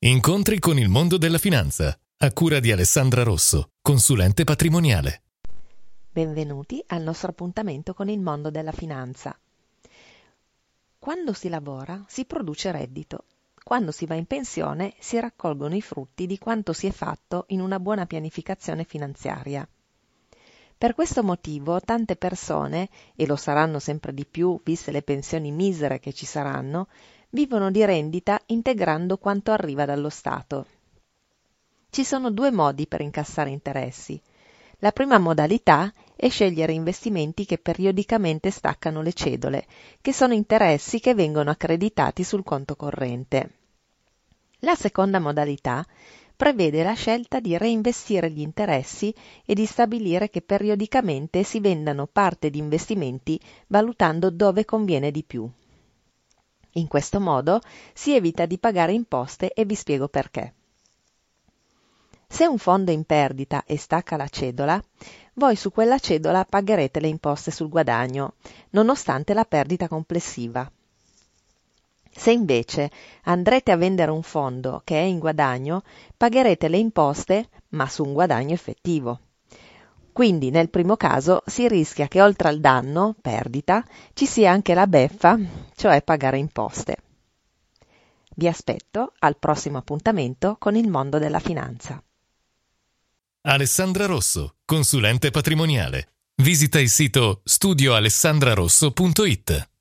Incontri con il mondo della finanza, a cura di Alessandra Rosso, consulente patrimoniale. Benvenuti al nostro appuntamento con il mondo della finanza. Quando si lavora si produce reddito. Quando si va in pensione si raccolgono i frutti di quanto si è fatto in una buona pianificazione finanziaria. Per questo motivo tante persone, e lo saranno sempre di più viste le pensioni misere che ci saranno, vivono di rendita integrando quanto arriva dallo Stato. Ci sono due modi per incassare interessi. La prima modalità è scegliere investimenti che periodicamente staccano le cedole, che sono interessi che vengono accreditati sul conto corrente. La seconda modalità prevede la scelta di reinvestire gli interessi e di stabilire che periodicamente si vendano parte di investimenti valutando dove conviene di più. In questo modo si evita di pagare imposte e vi spiego perché. Se un fondo è in perdita e stacca la cedola, voi su quella cedola pagherete le imposte sul guadagno, nonostante la perdita complessiva. Se invece andrete a vendere un fondo che è in guadagno, pagherete le imposte, ma su un guadagno effettivo. Quindi nel primo caso si rischia che oltre al danno, perdita, ci sia anche la beffa, cioè pagare imposte. Vi aspetto al prossimo appuntamento con il mondo della finanza. Alessandra Rosso, consulente patrimoniale. Visita il sito studioalessandrarosso.it.